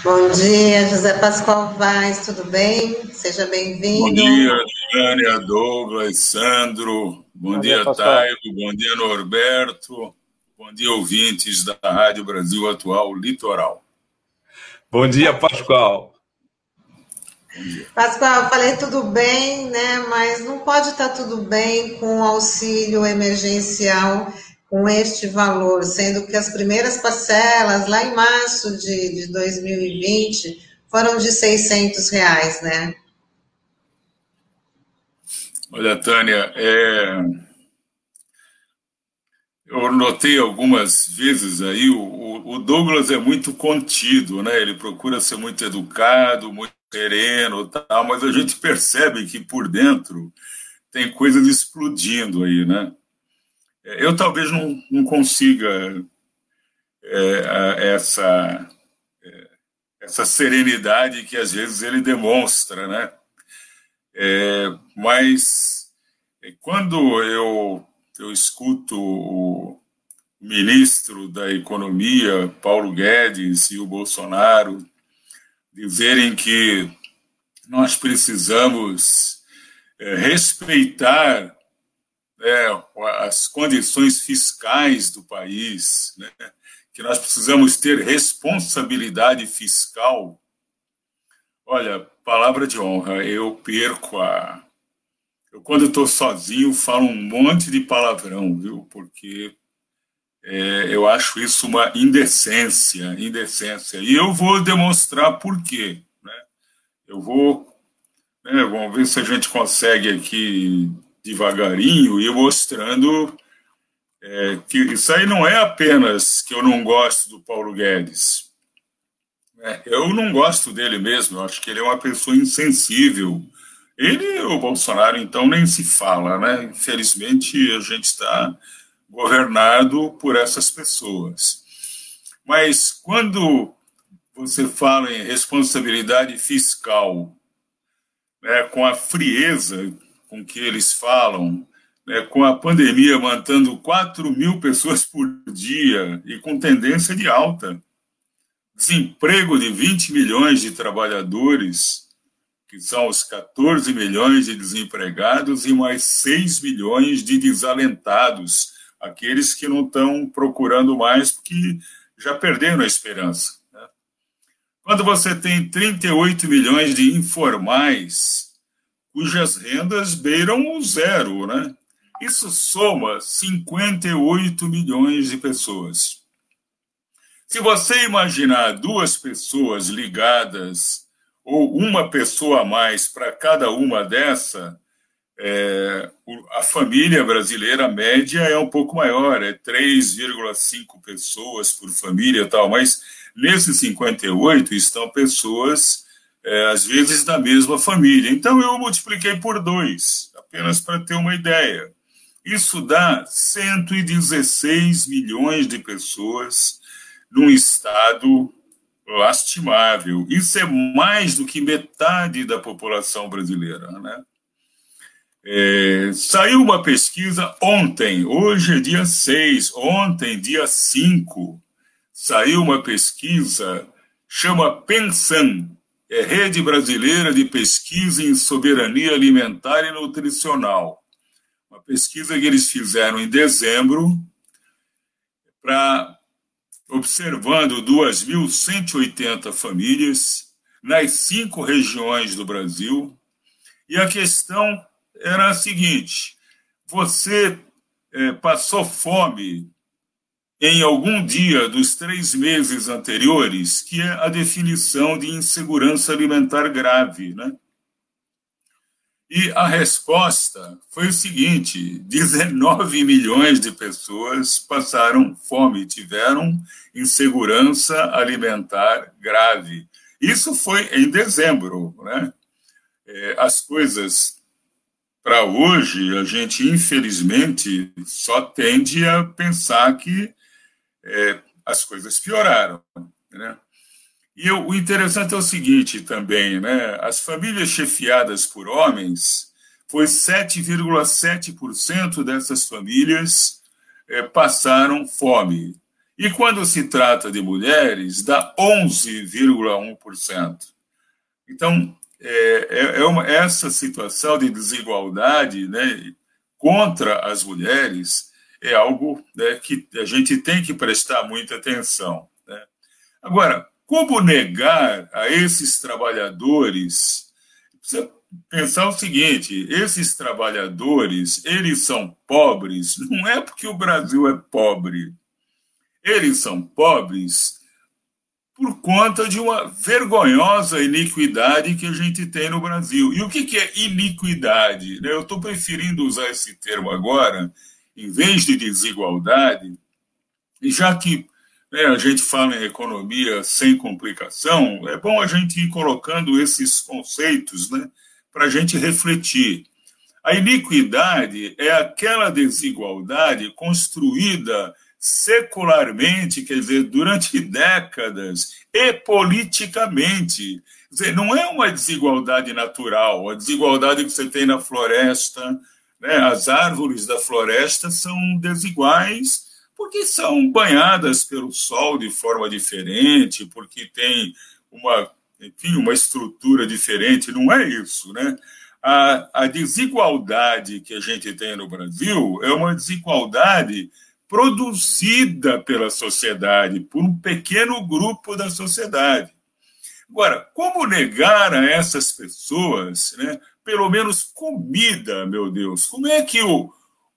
Bom dia, José Pascoal Vaz, tudo bem? Seja bem-vindo. Bom dia, Tânia, Douglas, Sandro. Bom Bom dia, dia, Pascoal. Taigo. Bom dia, Norberto. Bom dia, ouvintes da Rádio Brasil Atual Litoral. Bom dia, Pascoal. Bom dia. Pascoal, falei tudo bem, né? Mas não pode estar tudo bem com o auxílio emergencial com este valor, sendo que as primeiras parcelas, lá em março de 2020, foram de R$ 600, né? Olha, Tânia, eu notei algumas vezes aí, o Douglas é muito contido, né? Ele procura ser muito educado, muito sereno, tal, mas a gente percebe que por dentro tem coisas explodindo aí, né? Eu talvez não consiga essa serenidade que às vezes ele demonstra, né? Mas quando eu escuto o ministro da Economia, Paulo Guedes, e o Bolsonaro dizerem que nós precisamos respeitar, né, as condições fiscais do país, né, que nós precisamos ter responsabilidade fiscal. Olha, palavra de honra, eu perco Eu, quando estou sozinho, falo um monte de palavrão, viu? Porque eu acho isso uma indecência. E eu vou demonstrar por quê, né? Vamos ver se a gente consegue aqui devagarinho ir mostrando que isso aí não é apenas que eu não gosto do Paulo Guedes. Eu não gosto dele mesmo, eu acho que ele é uma pessoa insensível. Ele e o Bolsonaro, então, nem se fala, né? Infelizmente, a gente está governado por essas pessoas. Mas quando você fala em responsabilidade fiscal, né, com a frieza com que eles falam, né, com a pandemia matando 4.000 pessoas por dia e com tendência de alta, desemprego de 20 milhões de trabalhadores, que são os 14 milhões de desempregados, e mais 6 milhões de desalentados, aqueles que não estão procurando mais porque já perderam a esperança, né? Quando você tem 38 milhões de informais, cujas rendas beiram o zero, né? Isso soma 58 milhões de pessoas. Se você imaginar duas pessoas ligadas ou uma pessoa a mais para cada uma dessa, a família brasileira média é um pouco maior, é 3,5 pessoas por família e tal, mas nesses 58 estão pessoas, às vezes, da mesma família. Então eu multipliquei por 2, apenas para ter uma ideia. Isso dá 116 milhões de pessoas num estado lastimável. Isso é mais do que metade da população brasileira, né? Saiu uma pesquisa ontem, hoje é dia 6, ontem, dia 5, saiu uma pesquisa, chama Pensan, Rede Brasileira de Pesquisa em Soberania Alimentar e Nutricional. Uma pesquisa que eles fizeram em dezembro, observando 2.180 famílias nas 5 regiões do Brasil, e a questão era a seguinte: você passou fome em algum dia dos 3 meses anteriores, que é a definição de insegurança alimentar grave, né? E a resposta foi o seguinte: 19 milhões de pessoas passaram fome, tiveram insegurança alimentar grave. Isso foi em dezembro, né? As coisas para hoje, a gente, infelizmente, só tende a pensar que as coisas pioraram, né? E o interessante é o seguinte também, né? As famílias chefiadas por homens, foi 7,7% dessas famílias passaram fome. E quando se trata de mulheres, dá 11,1%. Então, essa situação de desigualdade, né, contra as mulheres é algo, né, que a gente tem que prestar muita atenção, né? Agora, como negar a esses trabalhadores? Precisa pensar o seguinte: esses trabalhadores, eles são pobres, não é porque o Brasil é pobre. Eles são pobres por conta de uma vergonhosa iniquidade que a gente tem no Brasil. E o que é iniquidade? Eu estou preferindo usar esse termo agora, em vez de desigualdade, e já que, né, a gente fala em economia sem complicação, é bom a gente ir colocando esses conceitos, né, para a gente refletir. A iniquidade é aquela desigualdade construída secularmente, quer dizer, durante décadas, e politicamente. Quer dizer, não é uma desigualdade natural, a desigualdade que você tem na floresta, né? As árvores da floresta são desiguais porque são banhadas pelo sol de forma diferente, porque tem uma estrutura diferente. Não é isso, né? A desigualdade que a gente tem no Brasil é uma desigualdade produzida pela sociedade, por um pequeno grupo da sociedade. Agora, como negar a essas pessoas, né, pelo menos comida, meu Deus? Como é que o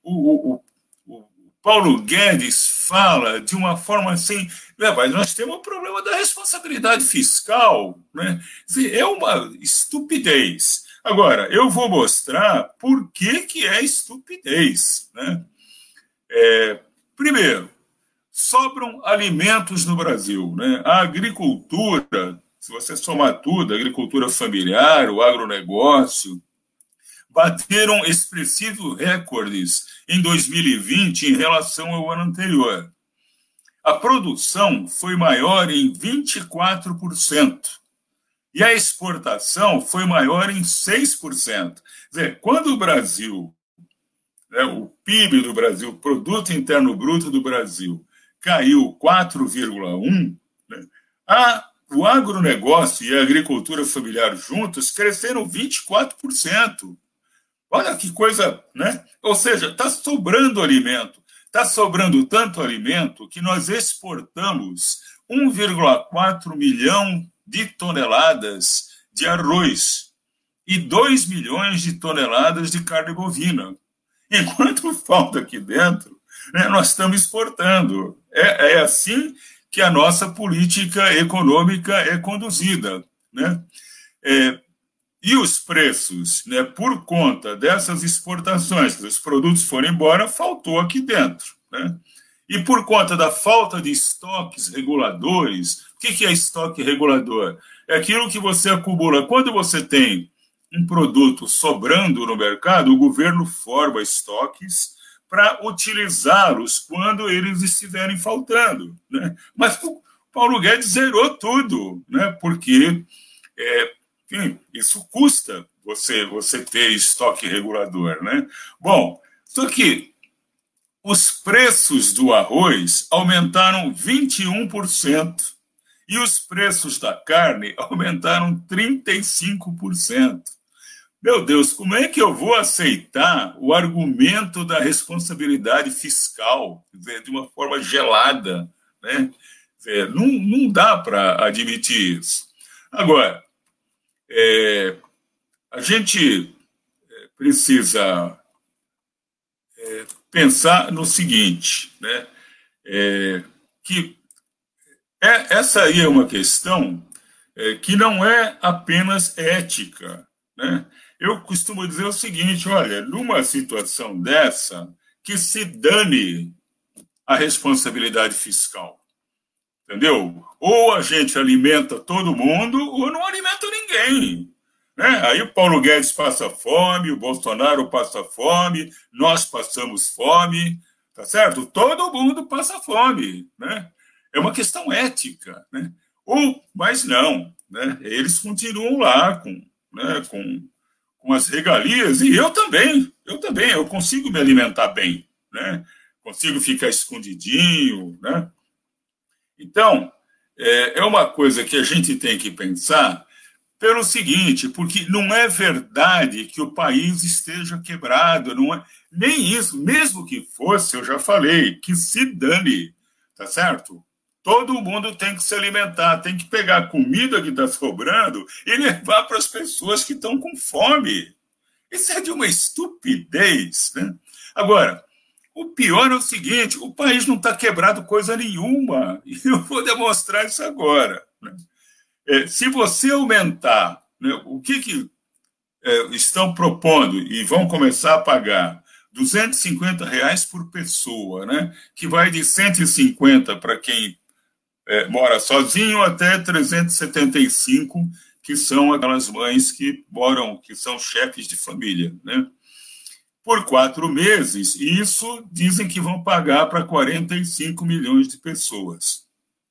Paulo Guedes fala de uma forma assim, mas nós temos um problema da responsabilidade fiscal, né? É uma estupidez. Agora, eu vou mostrar por que é estupidez, né? Primeiro, sobram alimentos no Brasil, né? A agricultura, se você somar tudo, a agricultura familiar, o agronegócio, bateram expressivos recordes em 2020 em relação ao ano anterior. A produção foi maior em 24%. E a exportação foi maior em 6%. Quer dizer, quando o Brasil, né, o PIB do Brasil, Produto Interno Bruto do Brasil, caiu 4,1%, né, o agronegócio e a agricultura familiar juntos cresceram 24%. Olha que coisa, né? Ou seja, está sobrando alimento. Está sobrando tanto alimento que nós exportamos 1,4 milhão de toneladas de arroz e 2 milhões de toneladas de carne bovina. Enquanto falta aqui dentro, né, nós estamos exportando. É assim que a nossa política econômica é conduzida, né? E os preços, né, por conta dessas exportações, que os produtos foram embora, faltou aqui dentro, né? E por conta da falta de estoques reguladores, o que é estoque regulador? É aquilo que você acumula. Quando você tem um produto sobrando no mercado, o governo forma estoques para utilizá-los quando eles estiverem faltando, né? Mas o Paulo Guedes zerou tudo, né? Porque enfim, isso custa você ter estoque regulador, né? Bom, só que os preços do arroz aumentaram 21% e os preços da carne aumentaram 35%. Meu Deus, como é que eu vou aceitar o argumento da responsabilidade fiscal, quer dizer, de uma forma gelada, né? Quer dizer, não dá para admitir isso. Agora, a gente precisa pensar no seguinte, né? Que essa aí é uma questão que não é apenas ética, né? Eu costumo dizer o seguinte: olha, numa situação dessa, que se dane a responsabilidade fiscal, entendeu? Ou a gente alimenta todo mundo, ou não alimenta ninguém, né? Aí o Paulo Guedes passa fome, o Bolsonaro passa fome, nós passamos fome, tá certo? Todo mundo passa fome, né? É uma questão ética, né? Mas não, né? Eles continuam lá com as regalias, e eu também, eu consigo me alimentar bem, né? Consigo ficar escondidinho, né? Então, é uma coisa que a gente tem que pensar pelo seguinte, porque não é verdade que o país esteja quebrado, não é nem isso, mesmo que fosse, eu já falei, que se dane, tá certo? Todo mundo tem que se alimentar, tem que pegar a comida que está sobrando e levar para as pessoas que estão com fome. Isso é de uma estupidez, né? Agora, o pior é o seguinte, o país não está quebrado coisa nenhuma, e eu vou demonstrar isso agora, né? Se você aumentar, né, o que estão propondo e vão começar a pagar R$ 250 por pessoa, né, que vai de 150 para quem mora sozinho até 375, que são aquelas mães que moram, que são chefes de família, né? Por 4 meses, isso dizem que vão pagar para 45 milhões de pessoas.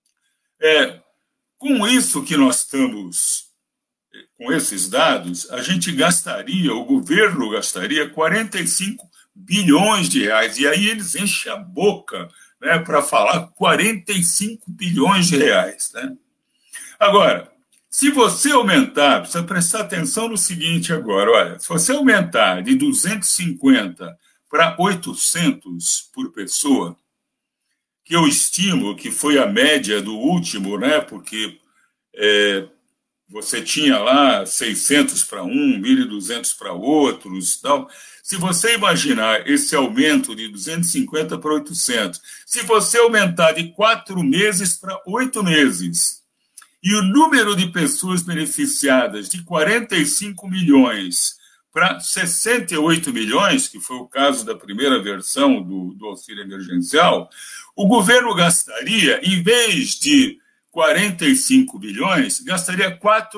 Com isso que nós estamos, com esses dados, a gente gastaria, o governo gastaria 45 bilhões de reais, e aí eles enchem a boca, né, para falar 45 bilhões de reais. Né? Agora, se você aumentar, precisa prestar atenção no seguinte agora, olha, se você aumentar de 250 para 800 por pessoa, que eu estimo que foi a média do último, né? Porque você tinha lá 600 para um, 1.200 para outros, tal. Se você imaginar esse aumento de 250 para 800, se você aumentar de 4 meses para 8 meses, e o número de pessoas beneficiadas de 45 milhões para 68 milhões, que foi o caso da primeira versão do auxílio emergencial, o governo gastaria, em vez de 45 bilhões, gastaria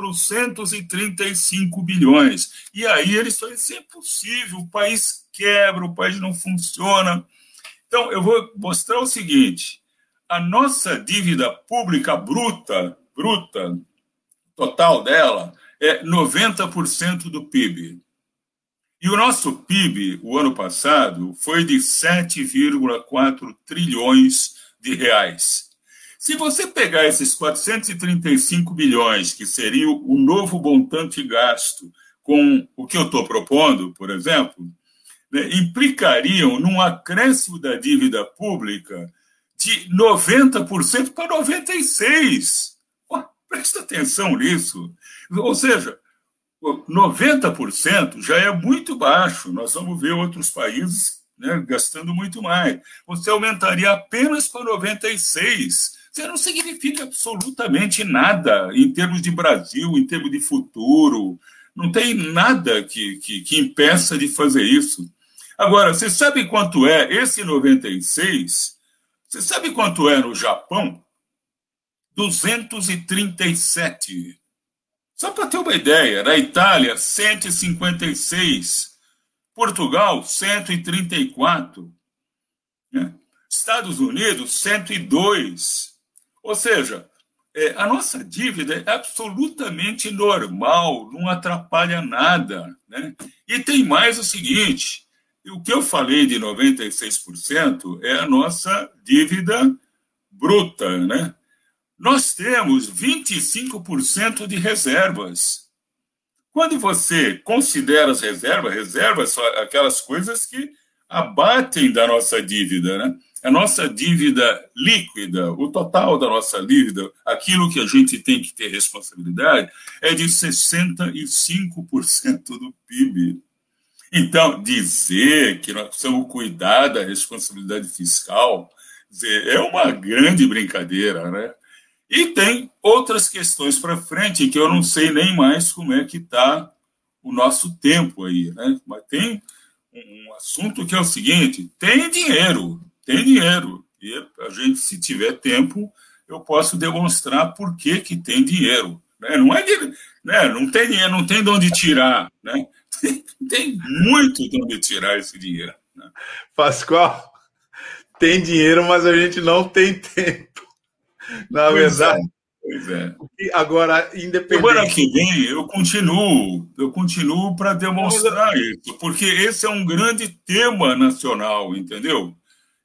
435 bilhões. E aí eles falam, isso é impossível, o país quebra, o país não funciona. Então, eu vou mostrar o seguinte, a nossa dívida pública bruta, total dela, é 90% do PIB. E o nosso PIB, o ano passado, foi de 7,4 trilhões de reais. Se você pegar esses 435 bilhões, que seria o novo montante gasto, com o que eu estou propondo, por exemplo, né, implicariam num acréscimo da dívida pública de 90% para 96%. Presta atenção nisso. Ou seja, 90% já é muito baixo. Nós vamos ver outros países, né, gastando muito mais. Você aumentaria apenas para 96%. Isso não significa absolutamente nada em termos de Brasil, em termos de futuro. Não tem nada que impeça de fazer isso. Agora, você sabe quanto é esse 96%? Você sabe quanto é no Japão? 237. Só para ter uma ideia, na Itália, 156. Portugal, 134. Né? Estados Unidos, 102. Ou seja, a nossa dívida é absolutamente normal, não atrapalha nada. Né? E tem mais o seguinte, o que eu falei de 96% é a nossa dívida bruta, né? Nós temos 25% de reservas. Quando você considera as reservas são aquelas coisas que abatem da nossa dívida, né? A nossa dívida líquida, o total da nossa dívida, aquilo que a gente tem que ter responsabilidade, é de 65% do PIB. Então, dizer que nós precisamos cuidar da responsabilidade fiscal é uma grande brincadeira, né? E tem outras questões para frente que eu não sei nem mais como é que está o nosso tempo aí, né? Mas tem um assunto que é o seguinte, tem dinheiro. E a gente, se tiver tempo, eu posso demonstrar por que tem dinheiro. Né? Não é não tem dinheiro, não tem de onde tirar. Né? Tem muito de onde tirar esse dinheiro. Né? Pascoal, tem dinheiro, mas a gente não tem tempo. Na verdade. Pois é. Agora, independente. Semana que vem eu continuo para demonstrar isso, porque esse é um grande tema nacional, entendeu?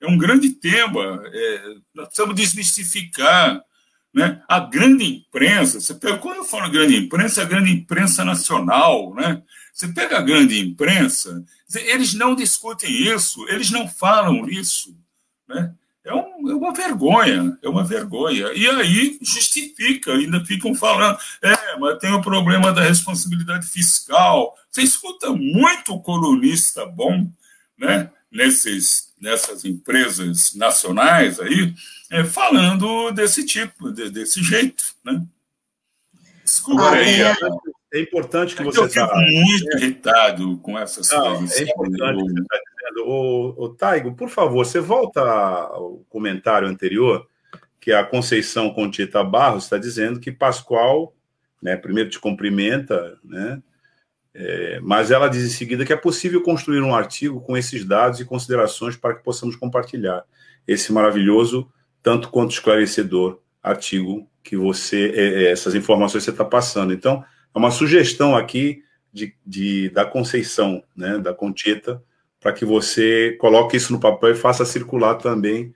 É um grande tema. Nós precisamos desmistificar, né? A grande imprensa, quando eu falo grande imprensa, é a grande imprensa nacional, né? Você pega a grande imprensa, eles não discutem isso, eles não falam isso, né? É uma vergonha, é uma vergonha. E aí justifica, ainda ficam falando, mas tem o problema da responsabilidade fiscal. Você escuta muito colunista bom, né, nessas empresas nacionais aí, falando desse tipo, desse jeito, né? Desculpa aí. É importante que você eu fico muito irritado com essas coisas. É importante o que você está dizendo. O Taigo, por favor, você volta ao comentário anterior, que a Conceição Contita Barros está dizendo que Pascoal, né, primeiro te cumprimenta, né, mas ela diz em seguida que é possível construir um artigo com esses dados e considerações para que possamos compartilhar esse maravilhoso, tanto quanto esclarecedor, artigo que essas informações que você está passando. Então, é uma sugestão aqui da Conceição, né, da Contita, para que você coloque isso no papel e faça circular também,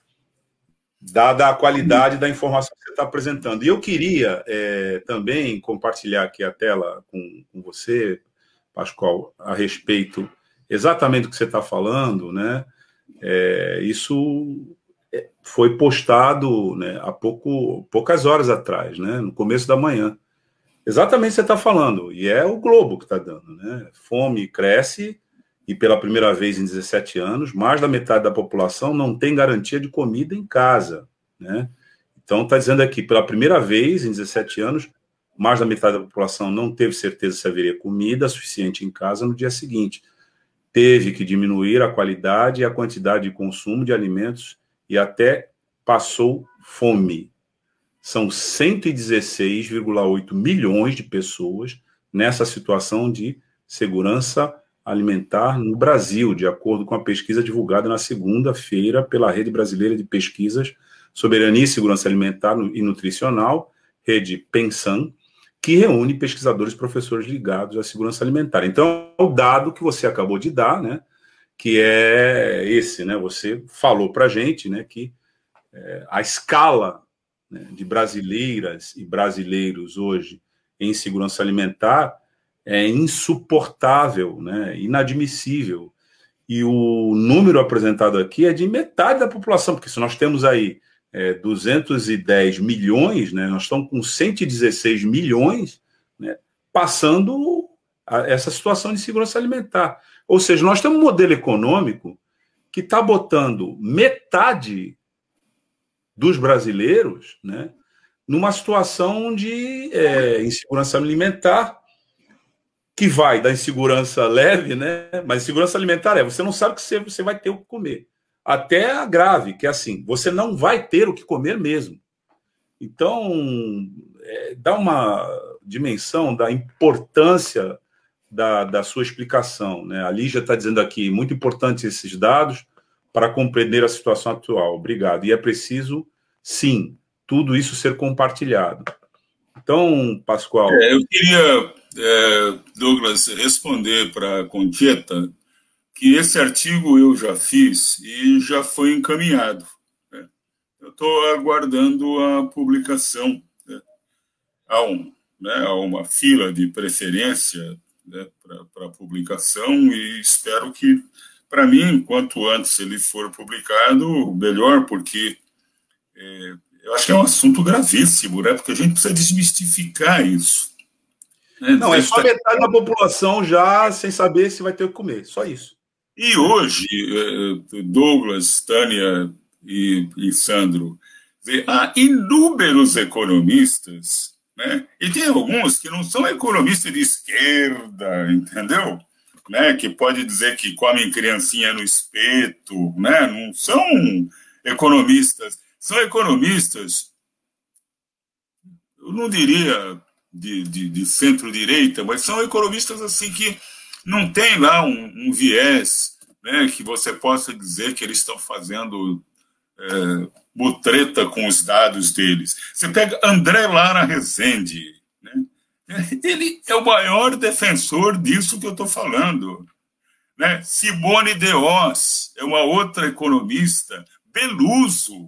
dada a qualidade da informação que você está apresentando. E eu queria também compartilhar aqui a tela com você, Pascoal, a respeito exatamente do que você está falando, né? Isso foi postado, né, há poucas horas atrás, né, no começo da manhã. Exatamente o que você está falando, e é o Globo que está dando, né? Fome cresce, e pela primeira vez em 17 anos, mais da metade da população não tem garantia de comida em casa, né? Então, está dizendo aqui, pela primeira vez em 17 anos, mais da metade da população não teve certeza se haveria comida suficiente em casa no dia seguinte. Teve que diminuir a qualidade e a quantidade de consumo de alimentos e até passou fome. São 116,8 milhões de pessoas nessa situação de segurança alimentar no Brasil, de acordo com a pesquisa divulgada na segunda-feira pela Rede Brasileira de Pesquisas, Soberania e Segurança Alimentar e Nutricional, Rede Pensan, que reúne pesquisadores e professores ligados à segurança alimentar. Então, o dado que você acabou de dar, né, que é esse, né, você falou para a gente, né, que a escala, né, de brasileiras e brasileiros hoje em segurança alimentar é insuportável, né, inadmissível. E o número apresentado aqui é de metade da população, porque se nós temos aí 210 milhões, né, nós estamos com 116 milhões, né, passando essa situação de segurança alimentar. Ou seja, nós temos um modelo econômico que está botando metade dos brasileiros, né, numa situação de insegurança alimentar, que vai da insegurança leve, né, mas insegurança alimentar você não sabe que você vai ter o que comer, até a grave, que é assim, você não vai ter o que comer mesmo. Então, dá uma dimensão da importância da sua explicação, né? A Lígia está dizendo aqui, muito importante esses dados para compreender a situação atual. Obrigado. E é preciso, sim, tudo isso ser compartilhado. Então, Pascoal... eu queria, Douglas, responder para a Concheta que esse artigo eu já fiz e já foi encaminhado, né? Eu estou aguardando a publicação, né? Há uma fila de preferência, né, para publicação, e espero que, para mim, quanto antes ele for publicado, melhor, porque eu acho que é um assunto gravíssimo, né? Porque a gente precisa desmistificar isso. Né? Não, é só metade da população já sem saber se vai ter o que comer, só isso. E hoje, Douglas, Tânia e Sandro, há inúmeros economistas, né? E tem alguns que não são economistas de esquerda, entendeu? Né? Que pode dizer que comem criancinha no espeto, né? Não são economistas, são economistas, eu não diria de centro-direita, mas são economistas assim que não tem lá um viés, né, que você possa dizer que eles estão fazendo mutreta com os dados deles. Você pega André Lara Rezende, né? Ele é o maior defensor disso que eu estou falando. né? Simone de Oz é uma outra economista. Beluso,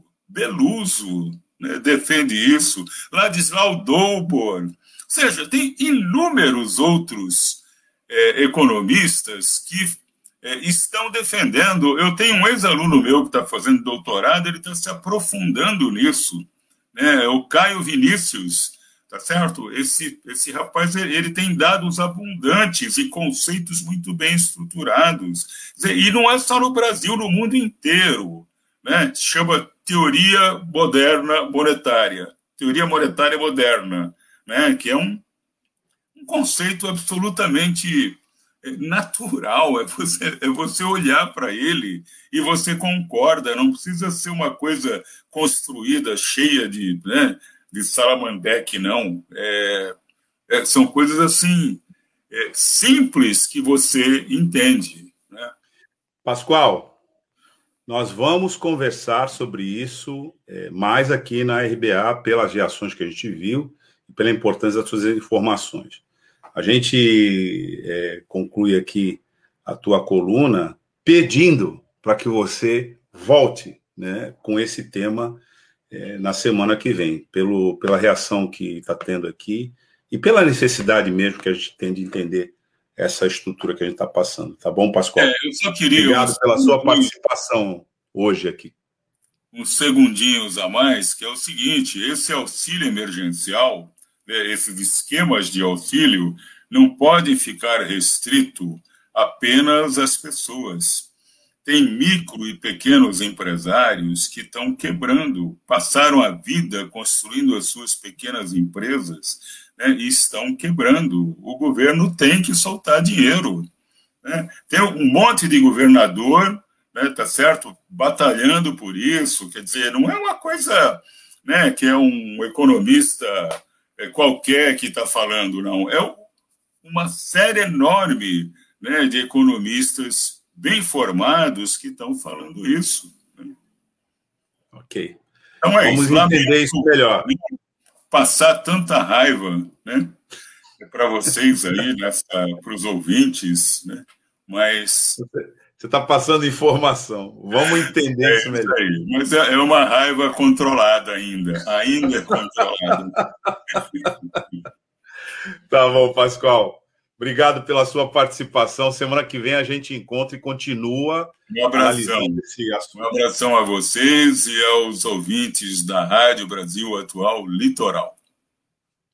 né, defende isso. Ladislau Dolbor. Ou seja, tem inúmeros outros economistas que estão defendendo. Eu tenho um ex-aluno meu que está fazendo doutorado, ele está se aprofundando nisso, né? O Caio Vinícius, tá certo? Esse rapaz, ele tem dados abundantes e conceitos muito bem estruturados. E não é só no Brasil, no mundo inteiro, né? Se chama teoria moderna monetária, teoria monetária moderna, né? Que é um conceito absolutamente natural, é você olhar para ele e você concorda, não precisa ser uma coisa construída, cheia de, né, de Salamandeque, não. São coisas assim, simples que você entende, né? Pascoal, nós vamos conversar sobre isso mais aqui na RBA, pelas reações que a gente viu e pela importância das suas informações. A gente conclui aqui a tua coluna pedindo para que você volte, né, com esse tema na semana que vem, pela reação que está tendo aqui e pela necessidade mesmo que a gente tem de entender essa estrutura que a gente está passando. Tá bom, Pascoal? Eu só queria... Obrigado pela sua participação hoje aqui. Uns segundinhos a mais, que é o seguinte: esse auxílio emergencial, esses esquemas de auxílio, não podem ficar restrito apenas às pessoas. Tem micro e pequenos empresários que estão quebrando, passaram a vida construindo as suas pequenas empresas, né, e estão quebrando. O governo tem que soltar dinheiro, né? Tem um monte de governador, né, tá certo, batalhando por isso. Quer dizer, não é uma coisa, né, que é um economista qualquer que está falando, não. É uma série enorme, né, de economistas bem formados que estão falando isso, né? Ok. Então vamos entender isso melhor. Passar tanta raiva, né, para vocês aí, para os ouvintes, né? Mas você está passando informação. Vamos entender isso melhor. Aí. Mas é uma raiva controlada ainda é controlada. Tá bom, Pascoal. Obrigado pela sua participação. Semana que vem a gente encontra e continua analisando esse assunto. Um abração a vocês e aos ouvintes da Rádio Brasil Atual Litoral.